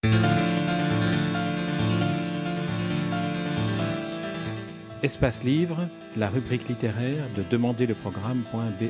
Espace Livre, la rubrique littéraire de demanderleprogramme.be.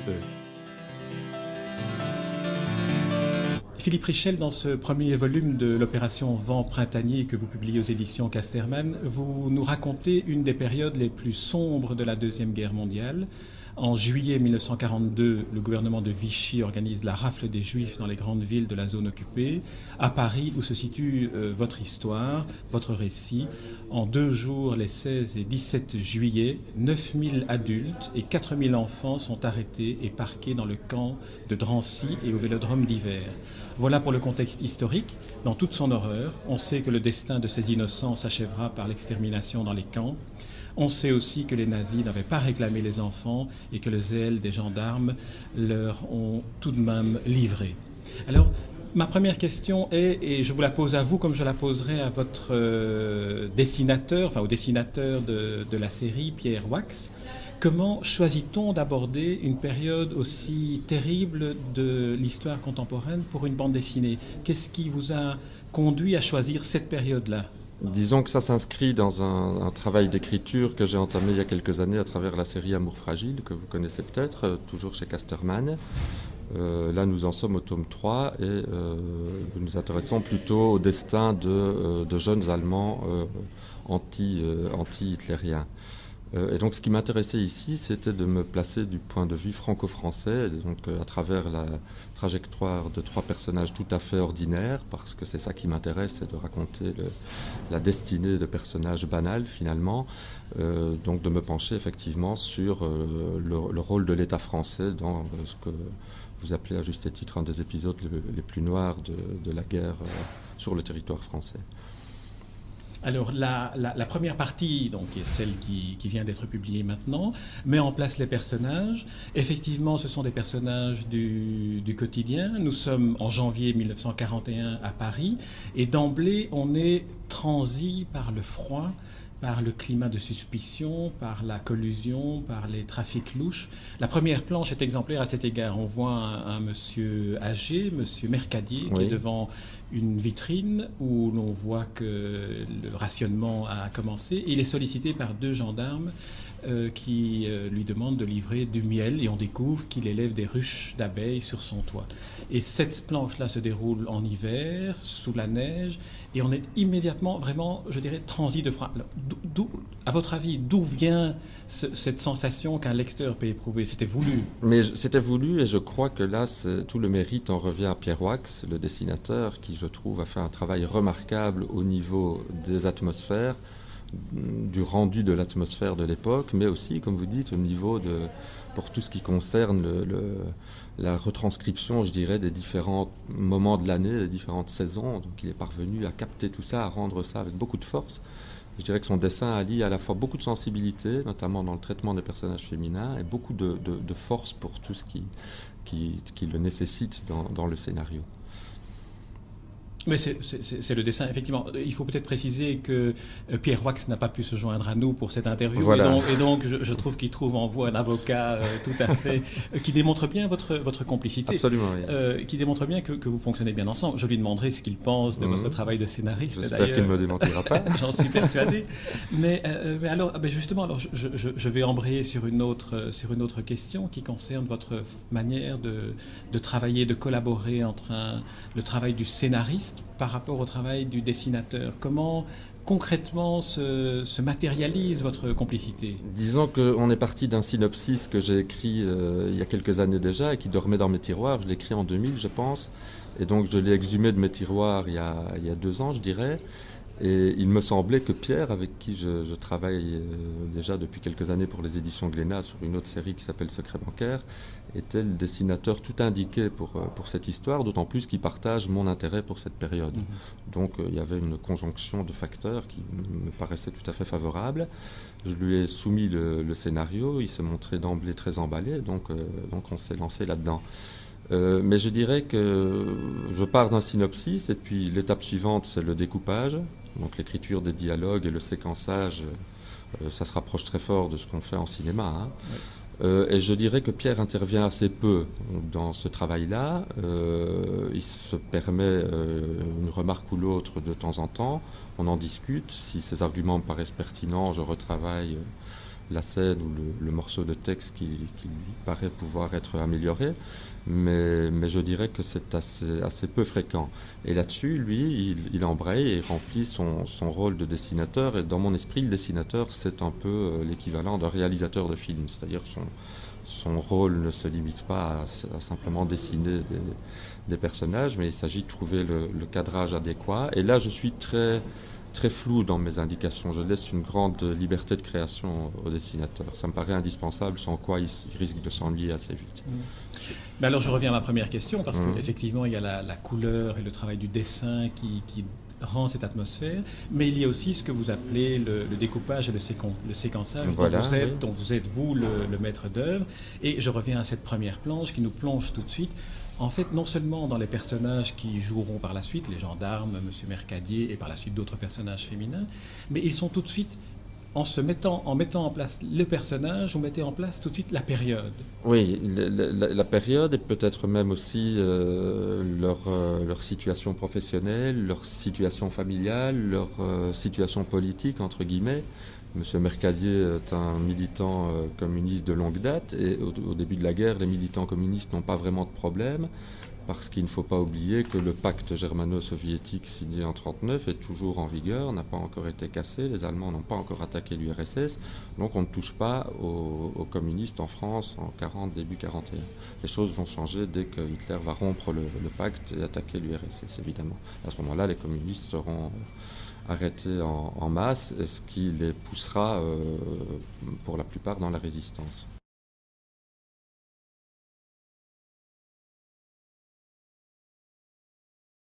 Philippe Richel, dans ce premier volume de l'opération Vent printanier que vous publiez aux éditions Casterman, vous nous racontez une des périodes les plus sombres de la Deuxième Guerre mondiale. En juillet 1942, le gouvernement de Vichy organise la rafle des Juifs dans les grandes villes de la zone occupée. À Paris, où se situe votre histoire, votre récit, en 2 jours, les 16 et 17 juillet, 9000 adultes et 4000 enfants sont arrêtés et parqués dans le camp de Drancy et au vélodrome d'hiver. Voilà pour le contexte historique. Dans toute son horreur, on sait que le destin de ces innocents s'achèvera par l'extermination dans les camps. On sait aussi que les nazis n'avaient pas réclamé les enfants et que le zèle des gendarmes leur ont tout de même livré. Alors, ma première question est, et je vous la pose à vous comme je la poserai à votre dessinateur, enfin au dessinateur de la série, Pierre Wax. Comment choisit-on d'aborder une période aussi terrible de l'histoire contemporaine pour une bande dessinée ? Qu'est-ce qui vous a conduit à choisir cette période-là ? Disons que ça s'inscrit dans un travail d'écriture que j'ai entamé il y a quelques années à travers la série Amour fragile, que vous connaissez peut-être, toujours chez Casterman. Là, nous en sommes au tome 3 et nous nous intéressons plutôt au destin de jeunes Allemands anti-hitlériens. Et donc, ce qui m'intéressait ici, c'était de me placer du point de vue franco-français, donc à travers la trajectoire de 3 personnages tout à fait ordinaires, parce que c'est ça qui m'intéresse, c'est de raconter la destinée de personnages banals, finalement. Donc, de me pencher effectivement sur le rôle de l'État français dans ce que vous appelez à juste titre un des épisodes les plus noirs de la guerre sur le territoire français. Alors la première partie, donc, qui est celle qui vient d'être publiée maintenant, met en place les personnages. Effectivement, ce sont des personnages du quotidien. Nous sommes en janvier 1941 à Paris et d'emblée, on est transi par le froid, par le climat de suspicion, par la collusion, par les trafics louches. La première planche est exemplaire à cet égard. On voit un monsieur âgé, monsieur Mercadier, qui est devant une vitrine où l'on voit que le rationnement a commencé. Et il est sollicité par 2 gendarmes qui lui demandent de livrer du miel et on découvre qu'il élève des ruches d'abeilles sur son toit. Et cette planche-là se déroule en hiver, sous la neige, et on est immédiatement, vraiment, je dirais, transi de froid. Alors, à votre avis, d'où vient cette sensation qu'un lecteur peut éprouver ? C'était voulu. Mais c'était voulu et je crois que là, tout le mérite en revient à Pierre Wax, le dessinateur, qui, je trouve, a fait un travail remarquable au niveau des atmosphères, du rendu de l'atmosphère de l'époque, mais aussi, comme vous dites, au niveau pour tout ce qui concerne la retranscription, je dirais, des différents moments de l'année, des différentes saisons. Donc il est parvenu à capter tout ça, à rendre ça avec beaucoup de force. Je dirais que son dessin allie à la fois beaucoup de sensibilité, notamment dans le traitement des personnages féminins, et beaucoup de force pour tout ce qui le nécessite dans le scénario. Mais c'est le dessin, effectivement. Il faut peut-être préciser que Pierre Wax n'a pas pu se joindre à nous pour cette interview. Voilà. Et donc je trouve qu'il trouve en vous un avocat tout à fait... qui démontre bien votre complicité. Absolument, oui. Qui démontre bien que vous fonctionnez bien ensemble. Je lui demanderai ce qu'il pense de votre travail de scénariste. J'espère qu'il ne me démentira pas. J'en suis persuadé. Mais alors, justement, je vais embrayer sur une autre question qui concerne votre manière de travailler, de collaborer entre le travail du scénariste par rapport au travail du dessinateur. Comment concrètement se matérialise votre complicité ? Disons qu'on est parti d'un synopsis que j'ai écrit il y a quelques années déjà et qui dormait dans mes tiroirs. Je l'ai écrit en 2000, je pense. Et donc je l'ai exhumé de mes tiroirs il y a 2 ans, je dirais. Et il me semblait que Pierre, avec qui je travaille déjà depuis quelques années pour les éditions Glénat sur une autre série qui s'appelle Secret bancaire, était le dessinateur tout indiqué pour cette histoire, d'autant plus qu'il partage mon intérêt pour cette période. Donc il y avait une conjonction de facteurs qui me paraissait tout à fait favorable. Je lui ai soumis le scénario, il s'est montré d'emblée très emballé, donc on s'est lancé là-dedans. Mais je dirais que je pars d'un synopsis et puis l'étape suivante c'est le découpage, donc l'écriture des dialogues et le séquençage, ça se rapproche très fort de ce qu'on fait en cinéma. Et je dirais que Pierre intervient assez peu dans ce travail-là. Il se permet une remarque ou l'autre de temps en temps. On en discute. Si ses arguments me paraissent pertinents, je retravaille la scène ou le morceau de texte qui lui paraît pouvoir être amélioré. Mais je dirais que c'est assez peu fréquent. Et là-dessus, lui, il embraye et il remplit son rôle de dessinateur. Et dans mon esprit, le dessinateur, c'est un peu l'équivalent d'un réalisateur de film. C'est-à-dire que son rôle ne se limite pas à simplement dessiner des personnages, mais il s'agit de trouver le cadrage adéquat. Et là, je suis très flou dans mes indications. Je laisse une grande liberté de création au dessinateur. Ça me paraît indispensable, sans quoi il risque de s'ennuyer assez vite. Mais alors je reviens à ma première question, parce qu'effectivement il y a la couleur et le travail du dessin qui rend cette atmosphère, mais il y a aussi ce que vous appelez le découpage et le séquençage, voilà, dont vous êtes vous le maître d'œuvre. Et je reviens à cette première planche qui nous plonge tout de suite, en fait, non seulement dans les personnages qui joueront par la suite, les gendarmes, Monsieur Mercadier et par la suite d'autres personnages féminins, mais ils sont tout de suite, en mettant en place le personnage, vous mettez en place tout de suite la période. Oui, la période et peut-être même aussi leur situation professionnelle, leur situation familiale, leur situation politique, entre guillemets. Monsieur Mercadier est un militant communiste de longue date et au début de la guerre, les militants communistes n'ont pas vraiment de problème parce qu'il ne faut pas oublier que le pacte germano-soviétique signé en 1939 est toujours en vigueur, n'a pas encore été cassé, les Allemands n'ont pas encore attaqué l'URSS, donc on ne touche pas aux communistes en France en 40, début 41. Les choses vont changer dès que Hitler va rompre le pacte et attaquer l'URSS, évidemment. À ce moment-là, les communistes seront arrêtés en masse, ce qui les poussera pour la plupart dans la résistance.